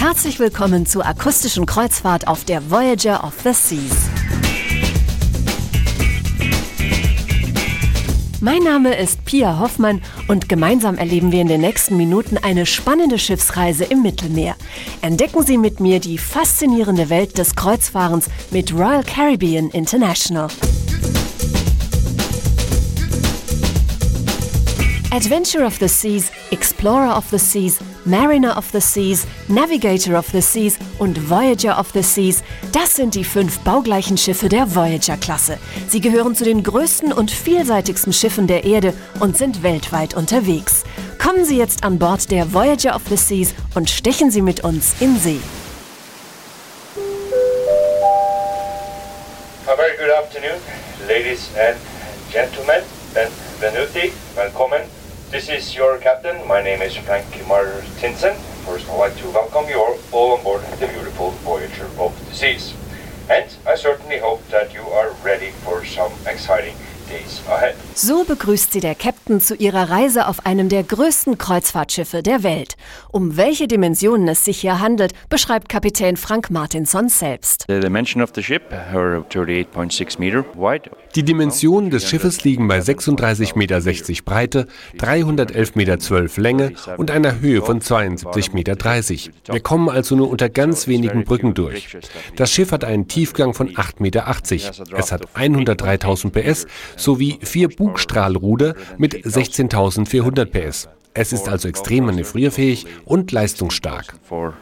Herzlich willkommen zur akustischen Kreuzfahrt auf der Voyager of the Seas. Mein Name ist Pia Hoffmann und gemeinsam erleben wir in den nächsten Minuten eine spannende Schiffsreise im Mittelmeer. Entdecken Sie mit mir die faszinierende Welt des Kreuzfahrens mit Royal Caribbean International. Adventure of the Seas, Explorer of the Seas, Mariner of the Seas, Navigator of the Seas und Voyager of the Seas, das sind die 5 baugleichen Schiffe der Voyager-Klasse. Sie gehören zu den größten und vielseitigsten Schiffen der Erde und sind weltweit unterwegs. Kommen Sie jetzt an Bord der Voyager of the Seas und stechen Sie mit uns in See. A very good afternoon, ladies and gentlemen. Benvenuti, welcome. This is your captain. My name is Frank Martinsen. First, I'd like to welcome you all on board the beautiful Voyager of the Seas. And I certainly hope that you are ready for some exciting days ahead. So begrüßt Sie der Captain zu ihrer Reise auf einem der größten Kreuzfahrtschiffe der Welt. Um welche Dimensionen es sich hier handelt, beschreibt Kapitän Frank Martinson selbst. The dimension of the ship are 38.6 meter wide. Die Dimensionen des Schiffes liegen bei 36,60 Meter Breite, 311,12 Meter Länge und einer Höhe von 72,30 Meter. Wir kommen also nur unter ganz wenigen Brücken durch. Das Schiff hat einen Tiefgang von 8,80 Meter. Es hat 103.000 PS sowie 4 Bugstrahlruder mit 16.400 PS. Es ist also extrem manövrierfähig und leistungsstark.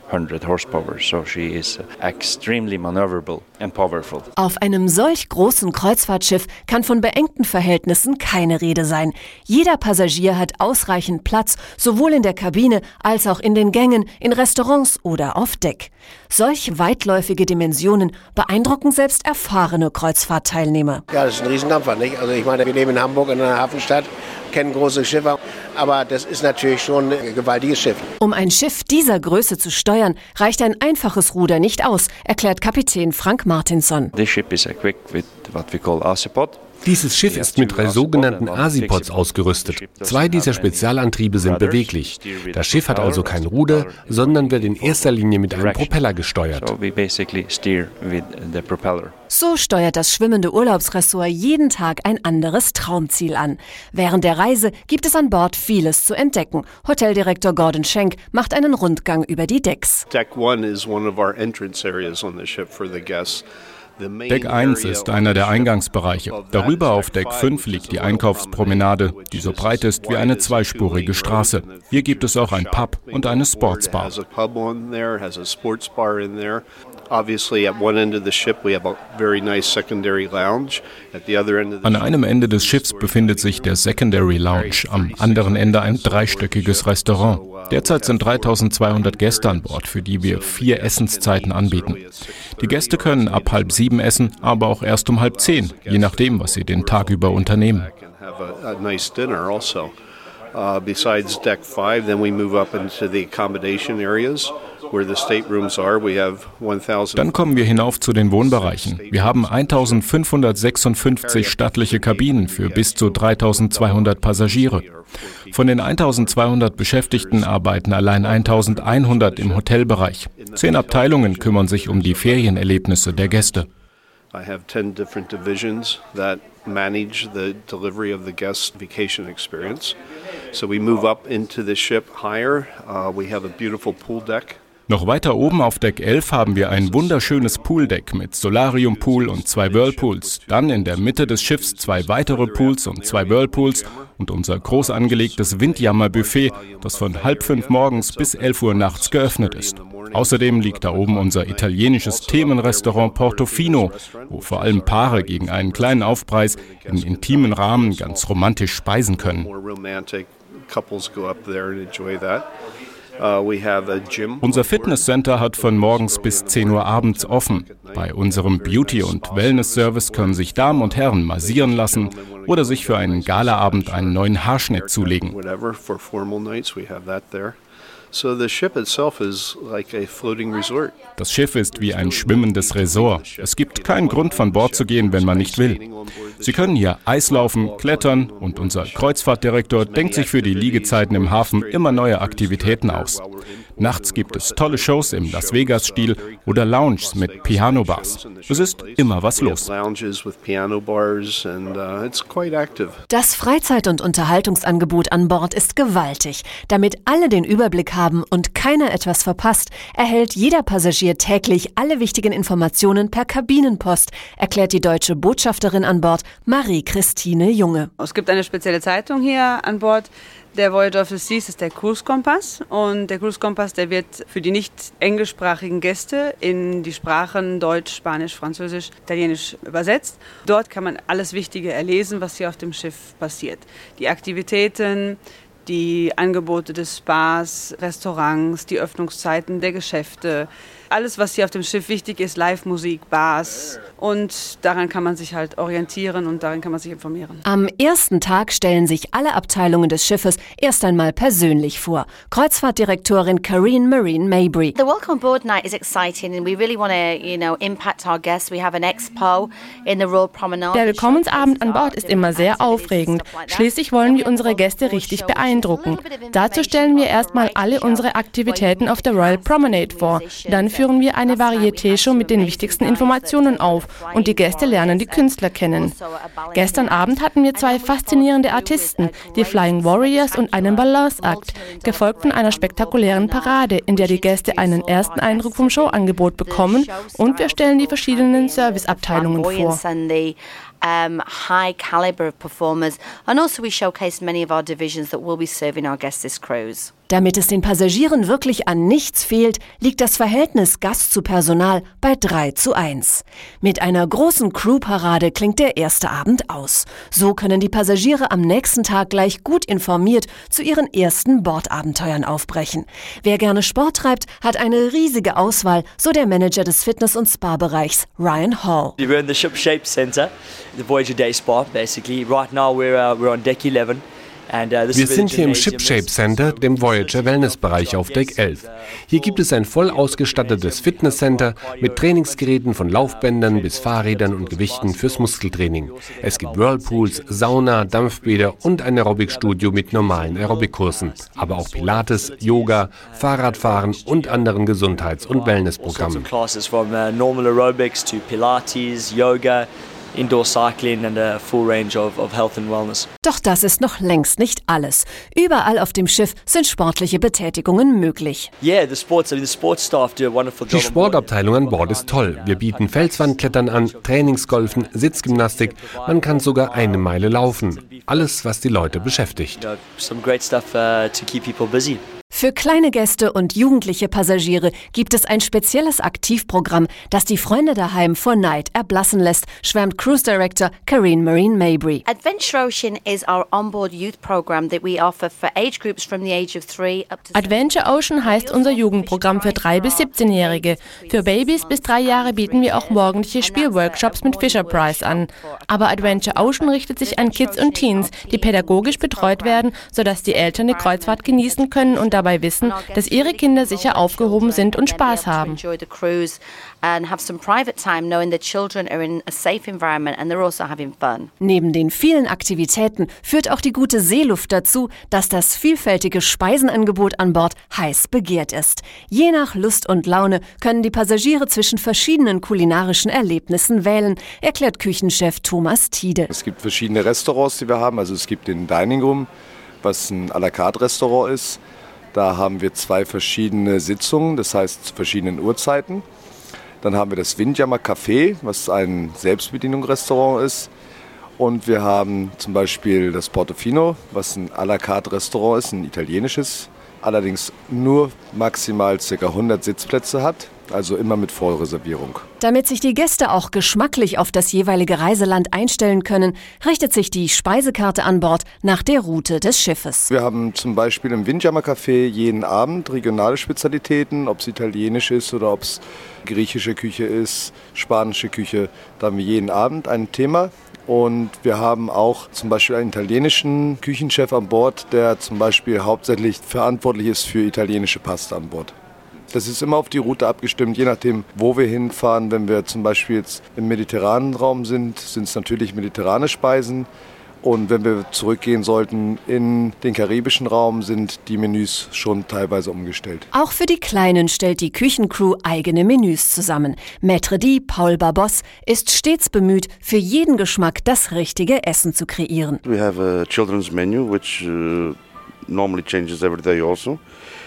Auf einem solch großen Kreuzfahrtschiff kann von beengten Verhältnissen keine Rede sein. Jeder Passagier hat ausreichend Platz, sowohl in der Kabine als auch in den Gängen, in Restaurants oder auf Deck. Solch weitläufige Dimensionen beeindrucken selbst erfahrene Kreuzfahrtteilnehmer. Ja, das ist ein Riesendampfer, nicht? Also ich meine, wir leben in Hamburg in einer Hafenstadt, kennen große Schiffe, aber das ist natürlich schon ein gewaltiges Schiff. Um ein Schiff dieser Größe zu steuern, reicht ein einfaches Ruder nicht aus, erklärt Kapitän Frank Martinson. This ship is equipped with what we call Azipod. Dieses Schiff ist mit 3 sogenannten Azipods ausgerüstet. 2 dieser Spezialantriebe sind beweglich. Das Schiff hat also kein Ruder, sondern wird in erster Linie mit einem Propeller gesteuert. So steuert das schwimmende Urlaubsressort jeden Tag ein anderes Traumziel an. Während der Reise gibt es an Bord vieles zu entdecken. Hoteldirektor Gordon Schenk macht einen Rundgang über die Decks. Deck 1 is one of our entrance areas on the ship for the guests. Deck 1 ist einer der Eingangsbereiche. Darüber auf Deck 5 liegt die Einkaufspromenade, die so breit ist wie eine zweispurige Straße. Hier gibt es auch ein Pub und eine Sportsbar. An einem Ende des Schiffs befindet sich der Secondary Lounge, am anderen Ende ein 3-stöckiges Restaurant. Derzeit sind 3.200 Gäste an Bord, für die wir 4 Essenszeiten anbieten. Die Gäste können ab 6:30 essen, aber auch erst um 9:30, je nachdem, was sie den Tag über unternehmen. Besides Deck 5, then we move up into the accommodation areas where the staterooms are. We have 1,000. Dann kommen wir hinauf zu den Wohnbereichen. Wir haben 1.556 stattliche Kabinen für bis zu 3.200 Passagiere. Von den 1.200 Beschäftigten arbeiten allein 1.100 im Hotelbereich. 10 Abteilungen kümmern sich um die Ferienerlebnisse der Gäste. I have 10 different divisions that manage the delivery of the guest vacation experience. So we move up into the ship higher. We have a beautiful pool deck. Noch weiter oben auf Deck 11 haben wir ein wunderschönes Pooldeck mit Solariumpool und 2 Whirlpools. Dann in der Mitte des Schiffs 2 weitere Pools und 2 Whirlpools und unser groß angelegtes Windjammer-Buffet, das von 4:30 morgens bis 11 Uhr nachts geöffnet ist. Außerdem liegt da oben unser italienisches Themenrestaurant Portofino, wo vor allem Paare gegen einen kleinen Aufpreis in intimen Rahmen ganz romantisch speisen können. Unser Fitnesscenter hat von morgens bis 10 Uhr abends offen. Bei unserem Beauty- und Wellness-Service können sich Damen und Herren massieren lassen oder sich für einen Galaabend einen neuen Haarschnitt zulegen. Das Schiff ist wie ein schwimmendes Resort. Es gibt keinen Grund, von Bord zu gehen, wenn man nicht will. Sie können hier Eislaufen, klettern und unser Kreuzfahrtdirektor denkt sich für die Liegezeiten im Hafen immer neue Aktivitäten aus. Nachts gibt es tolle Shows im Las Vegas-Stil oder Lounges mit Piano-Bars. Es ist immer was los. Das Freizeit- und Unterhaltungsangebot an Bord ist gewaltig. Damit alle den Überblick haben und keiner etwas verpasst, erhält jeder Passagier täglich alle wichtigen Informationen per Kabinenpost, erklärt die deutsche Botschafterin an Bord, Marie-Christine Junge. Es gibt eine spezielle Zeitung hier an Bord. Der Voyager of the Seas ist der Cruise-Kompass und der Cruise-Kompass, der wird für die nicht englischsprachigen Gäste in die Sprachen Deutsch, Spanisch, Französisch, Italienisch übersetzt. Dort kann man alles Wichtige erlesen, was hier auf dem Schiff passiert. Die Aktivitäten, die Angebote des Spas, Restaurants, die Öffnungszeiten der Geschäfte. Alles, was hier auf dem Schiff wichtig ist, Live-Musik, Bars. Und daran kann man sich halt orientieren und daran kann man sich informieren. Am ersten Tag stellen sich alle Abteilungen des Schiffes erst einmal persönlich vor. Kreuzfahrtdirektorin Careen Marine Mabry. The welcome aboard night is exciting and we really want to, impact our guests. We have an expo in the Royal Promenade. Der Willkommensabend an Bord ist immer sehr aufregend. Schließlich wollen wir unsere Gäste richtig beeindrucken. Dazu stellen wir erstmal alle unsere Aktivitäten auf der Royal Promenade vor. Dann führen wir eine Varieté-Show mit den wichtigsten Informationen auf und die Gäste lernen die Künstler kennen. Gestern Abend hatten wir 2 faszinierende Artisten, die Flying Warriors und einen Balanceakt, gefolgt von einer spektakulären Parade, in der die Gäste einen ersten Eindruck vom Showangebot bekommen und wir stellen die verschiedenen Serviceabteilungen vor. High caliber of performers, and also we showcased many of our divisions that will be serving our guests this cruise. Damit es den Passagieren wirklich an nichts fehlt, liegt das Verhältnis Gast zu Personal bei 3:1. Mit einer großen Crew-Parade klingt der erste Abend aus. So können die Passagiere am nächsten Tag gleich gut informiert zu ihren ersten Bordabenteuern aufbrechen. Wer gerne Sport treibt, hat eine riesige Auswahl, so der Manager des Fitness- und Spa-Bereichs, Ryan Hall. We're in the Ship Shape Center, the Voyager Day Spa, basically. Right now we're on Deck 11. Wir sind hier im Ship Shape Center, dem Voyager Wellnessbereich auf Deck 11. Hier gibt es ein voll ausgestattetes Fitnesscenter mit Trainingsgeräten von Laufbändern bis Fahrrädern und Gewichten fürs Muskeltraining. Es gibt Whirlpools, Sauna, Dampfbäder und ein Aerobikstudio mit normalen Aerobikkursen, aber auch Pilates, Yoga, Fahrradfahren und anderen Gesundheits- und Wellnessprogrammen. Normal aerobics to Pilates, Yoga, Indoor Cycling and a full range of health and wellness. Doch das ist noch längst nicht alles. Überall auf dem Schiff sind sportliche Betätigungen möglich. Die Sportabteilung an Bord ist toll. Wir bieten Felswandklettern an, Trainingsgolfen, Sitzgymnastik. Man kann sogar 1 Meile laufen. Alles, was die Leute beschäftigt. Some great stuff to keep people busy. Für kleine Gäste und jugendliche Passagiere gibt es ein spezielles Aktivprogramm, das die Freunde daheim vor Neid erblassen lässt, schwärmt Cruise Director Careen Marine Mabry. Adventure Ocean is our onboard youth program that we offer for age groups from the age of 3 up to Adventure Ocean heißt unser Jugendprogramm für 3- bis 17-Jährige. Für Babys bis 3 Jahre bieten wir auch morgendliche Spielworkshops mit Fisher Price an. Aber Adventure Ocean richtet sich an Kids und Teens, die pädagogisch betreut werden, sodass die Eltern die Kreuzfahrt genießen können und dabei wissen, dass ihre Kinder sicher aufgehoben sind und Spaß haben. Neben den vielen Aktivitäten führt auch die gute Seeluft dazu, dass das vielfältige Speisenangebot an Bord heiß begehrt ist. Je nach Lust und Laune können die Passagiere zwischen verschiedenen kulinarischen Erlebnissen wählen, erklärt Küchenchef Thomas Tiede. Es gibt verschiedene Restaurants, die wir haben. Also es gibt den Dining Room, was ein à la carte Restaurant ist. Da haben wir 2 verschiedene Sitzungen, das heißt zu verschiedenen Uhrzeiten. Dann haben wir das Windjammer Café, was ein Selbstbedienungsrestaurant ist. Und wir haben zum Beispiel das Portofino, was ein à la carte Restaurant ist, ein italienisches. Allerdings nur maximal ca. 100 Sitzplätze hat, also immer mit Vollreservierung. Damit sich die Gäste auch geschmacklich auf das jeweilige Reiseland einstellen können, richtet sich die Speisekarte an Bord nach der Route des Schiffes. Wir haben zum Beispiel im Windjammer Café jeden Abend regionale Spezialitäten, ob es italienisch ist oder ob es griechische Küche ist, spanische Küche. Da haben wir jeden Abend ein Thema. Und wir haben auch zum Beispiel einen italienischen Küchenchef an Bord, der zum Beispiel hauptsächlich verantwortlich ist für italienische Pasta an Bord. Das ist immer auf die Route abgestimmt, je nachdem, wo wir hinfahren. Wenn wir zum Beispiel jetzt im mediterranen Raum sind, sind es natürlich mediterrane Speisen. Und wenn wir zurückgehen sollten in den karibischen Raum, sind die Menüs schon teilweise umgestellt. Auch für die Kleinen stellt die Küchencrew eigene Menüs zusammen. Maître D', Paul Barbos, ist stets bemüht, für jeden Geschmack das richtige Essen zu kreieren. We have a children's menu, which normally changes every day also.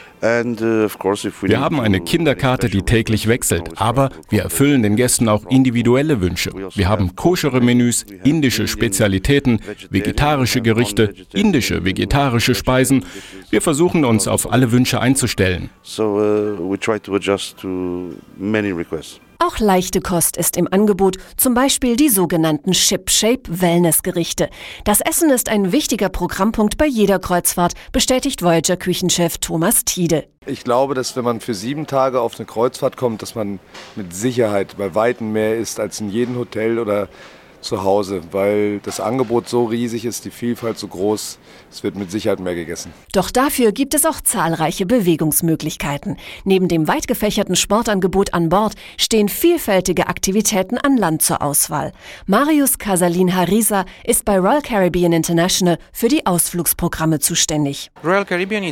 Wir haben eine Kinderkarte, die täglich wechselt, aber wir erfüllen den Gästen auch individuelle Wünsche. Wir haben koschere Menüs, indische Spezialitäten, vegetarische Gerichte, indische, vegetarische Speisen. Wir versuchen uns auf alle Wünsche einzustellen. We try to adjust to many requests. Auch leichte Kost ist im Angebot, zum Beispiel die sogenannten Ship-Shape-Wellness-Gerichte. Das Essen ist ein wichtiger Programmpunkt bei jeder Kreuzfahrt, bestätigt Voyager-Küchenchef Thomas Tiede. Ich glaube, dass wenn man für 7 Tage auf eine Kreuzfahrt kommt, dass man mit Sicherheit bei Weitem mehr isst als in jedem Hotel oder zu Hause, weil das Angebot so riesig ist, die Vielfalt so groß, es wird mit Sicherheit mehr gegessen. Doch dafür gibt es auch zahlreiche Bewegungsmöglichkeiten. Neben dem weit gefächerten Sportangebot an Bord stehen vielfältige Aktivitäten an Land zur Auswahl. Marius Casalin-Harisa ist bei Royal Caribbean International für die Ausflugsprogramme zuständig. Royal Caribbean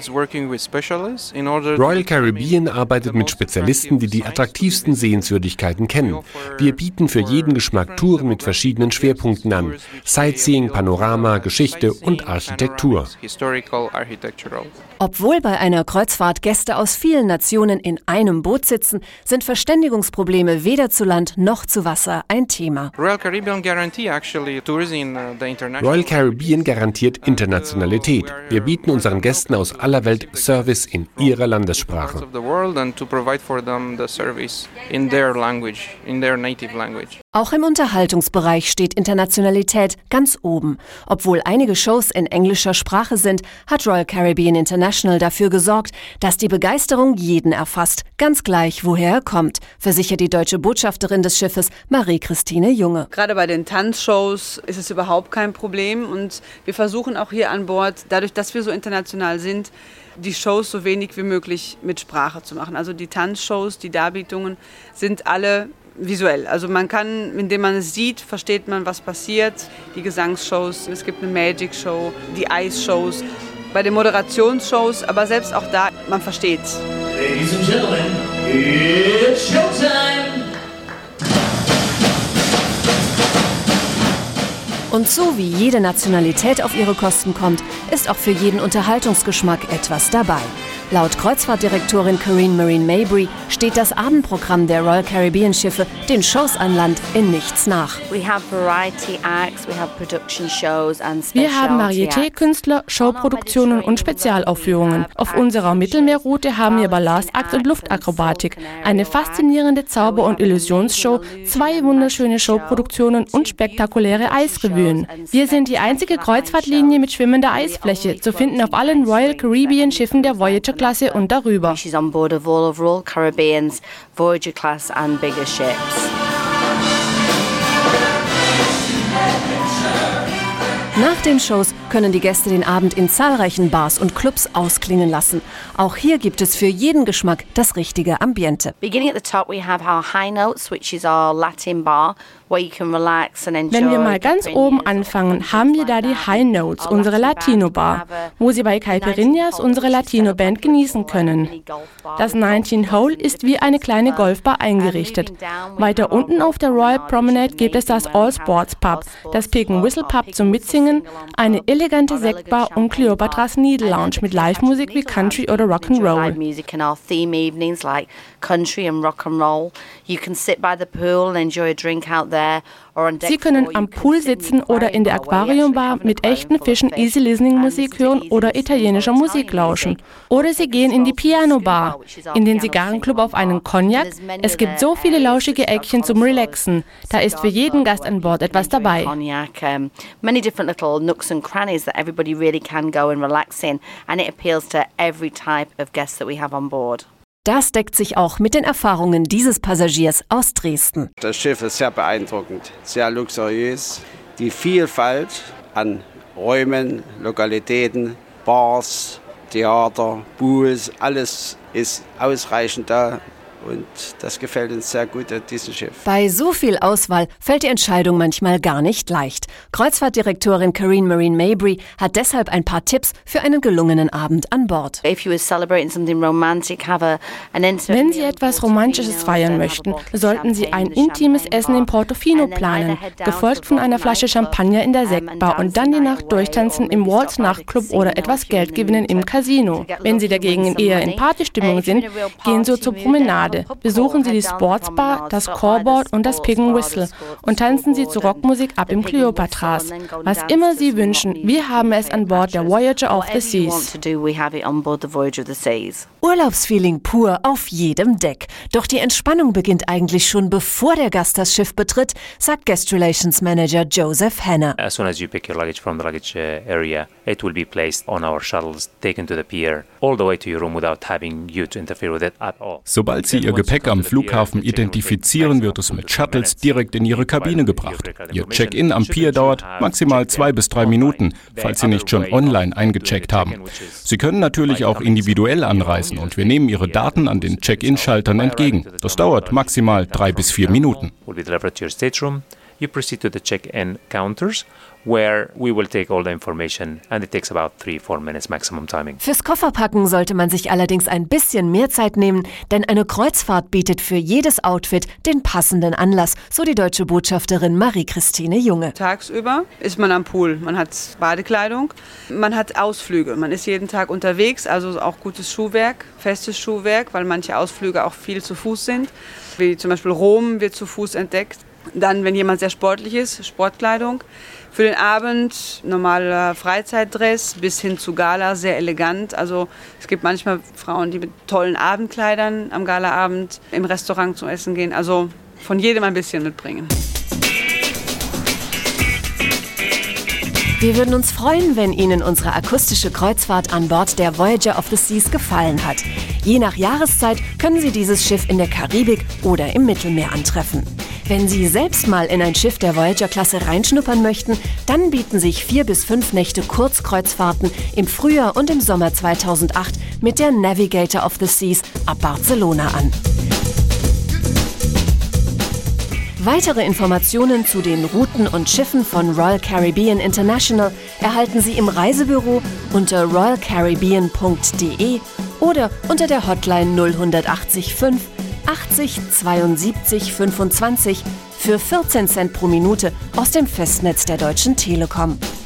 arbeitet mit Spezialisten, die die attraktivsten Sehenswürdigkeiten kennen. Wir bieten für jeden Geschmack Touren mit verschiedenen Schwerpunkten an: Sightseeing, Panorama, Geschichte und Architektur. Obwohl bei einer Kreuzfahrt Gäste aus vielen Nationen in einem Boot sitzen, sind Verständigungsprobleme weder zu Land noch zu Wasser ein Thema. Royal Caribbean garantiert Internationalität. Wir bieten unseren Gästen aus aller Welt Service in ihrer Landessprache. Auch im Unterhaltungsbereich steht Internationalität ganz oben. Obwohl einige Shows in englischer Sprache sind, hat Royal Caribbean International dafür gesorgt, dass die Begeisterung jeden erfasst, ganz gleich, woher er kommt, versichert die deutsche Botschafterin des Schiffes Marie-Christine Junge. Gerade bei den Tanzshows ist es überhaupt kein Problem und wir versuchen auch hier an Bord, dadurch, dass wir so international sind, die Shows so wenig wie möglich mit Sprache zu machen. Also die Tanzshows, die Darbietungen sind alle visuell. Also man kann, indem man es sieht, versteht man, was passiert. Die Gesangsshows, es gibt eine Magic-Show, die Eisshows, bei den Moderationsshows, aber selbst auch da, man versteht's. Ladies and Gentlemen, it's Showtime! Und so wie jede Nationalität auf ihre Kosten kommt, ist auch für jeden Unterhaltungsgeschmack etwas dabei. Laut Kreuzfahrtdirektorin Corinne Marine Mabry steht das Abendprogramm der Royal Caribbean Schiffe den Shows an Land in nichts nach. Wir haben Varieté-Künstler, Showproduktionen und Spezialaufführungen. Auf unserer Mittelmeerroute haben wir Ballastakt und Luftakrobatik, eine faszinierende Zauber- und Illusionsshow, 2 wunderschöne Showproduktionen und spektakuläre Eisrevuen. Wir sind die einzige Kreuzfahrtlinie mit schwimmender Eisfläche, zu finden auf allen Royal Caribbean Schiffen der Voyager-Klasse und darüber. She's on board of all of Royal Caribbean's Voyager class and bigger ships. Nach den Shows können die Gäste den Abend in zahlreichen Bars und Clubs ausklingen lassen. Auch hier gibt es für jeden Geschmack das richtige Ambiente. Beginning at the top we have our High Notes, which is our Latin bar, where you can relax and enjoy. Wenn wir mal ganz oben anfangen, haben wir da die High Notes, unsere Latino-Bar, wo Sie bei Caipirinhas unsere Latino-Band genießen können. Das 19 Hole ist wie eine kleine Golfbar eingerichtet. Weiter unten auf der Royal Promenade gibt es das All Sports Pub, das Pig and Whistle Pub zum Mitsingen, eine elegante Sektbar und Cleopatras Needle Lounge mit Live-Musik wie Country oder Rock'n'Roll. Sie können am Pool sitzen oder in der Aquariumbar mit echten Fischen Easy Listening Musik hören oder italienischer Musik lauschen. Oder Sie gehen in die Piano Bar, in den Zigarrenclub auf einen Cognac. Es gibt so viele lauschige Eckchen zum Relaxen. Da ist für jeden Gast an Bord etwas dabei. Many different little nooks and crannies that everybody really can go and relax in, and it appeals to every type of guest that we have on board. Das deckt sich auch mit den Erfahrungen dieses Passagiers aus Dresden. Das Schiff ist sehr beeindruckend, sehr luxuriös. Die Vielfalt an Räumen, Lokalitäten, Bars, Theater, Pools, alles ist ausreichend da, und das gefällt uns sehr gut an diesem Schiff. Bei so viel Auswahl fällt die Entscheidung manchmal gar nicht leicht. Kreuzfahrtdirektorin Carine Marine Mabry hat deshalb ein paar Tipps für einen gelungenen Abend an Bord. Wenn Sie etwas Romantisches feiern möchten, sollten Sie ein intimes Essen im Portofino planen, gefolgt von einer Flasche Champagner in der Sektbar und dann die Nacht durchtanzen im Waltz Nachtclub oder etwas Geld gewinnen im Casino. Wenn Sie dagegen eher in Partystimmung sind, gehen Sie zur Promenade, besuchen Sie die Sportsbar, das Coreboard und das Pig & Whistle und tanzen Sie zur Rockmusik ab im Cleopatras. Was immer Sie wünschen, wir haben es an Bord der Voyager of the Seas. Urlaubsfeeling pur auf jedem Deck. Doch die Entspannung beginnt eigentlich schon bevor der Gast das Schiff betritt, sagt Guest Relations Manager Joseph Hanna. As soon as you pick your luggage from the luggage area, it will be placed on our shuttles, taken to the pier, all the way to your room without having you to interfere with it at all. Sobald Sie Ihr Gepäck am Flughafen identifizieren, wird es mit Shuttles direkt in Ihre Kabine gebracht. Ihr Check-in am Pier dauert maximal 2 bis 3 Minuten, falls Sie nicht schon online eingecheckt haben. Sie können natürlich auch individuell anreisen und wir nehmen Ihre Daten an den Check-in-Schaltern entgegen. Das dauert maximal 3 bis 4 Minuten. You proceed to the check-in counters, where we will take all the information, and it takes about 3-4 minutes maximum timing. Fürs Kofferpacken sollte man sich allerdings ein bisschen mehr Zeit nehmen, denn eine Kreuzfahrt bietet für jedes Outfit den passenden Anlass, so die deutsche Botschafterin Marie-Christine Junge. Tagsüber ist man am Pool, man hat Badekleidung, man hat Ausflüge, man ist jeden Tag unterwegs, also auch gutes Schuhwerk, festes Schuhwerk, weil manche Ausflüge auch viel zu Fuß sind, wie zum Beispiel Rom wird zu Fuß entdeckt. Dann, wenn jemand sehr sportlich ist, Sportkleidung. Für den Abend normaler Freizeitdress bis hin zu Gala, sehr elegant. Also es gibt manchmal Frauen, die mit tollen Abendkleidern am Galaabend im Restaurant zum Essen gehen. Also von jedem ein bisschen mitbringen. Wir würden uns freuen, wenn Ihnen unsere akustische Kreuzfahrt an Bord der Voyager of the Seas gefallen hat. Je nach Jahreszeit können Sie dieses Schiff in der Karibik oder im Mittelmeer antreffen. Wenn Sie selbst mal in ein Schiff der Voyager-Klasse reinschnuppern möchten, dann bieten sich 4 bis 5 Nächte Kurzkreuzfahrten im Frühjahr und im Sommer 2008 mit der Navigator of the Seas ab Barcelona an. Weitere Informationen zu den Routen und Schiffen von Royal Caribbean International erhalten Sie im Reisebüro unter royalcaribbean.de oder unter der Hotline 0180 5 80 72 25 für 14 Cent pro Minute aus dem Festnetz der Deutschen Telekom.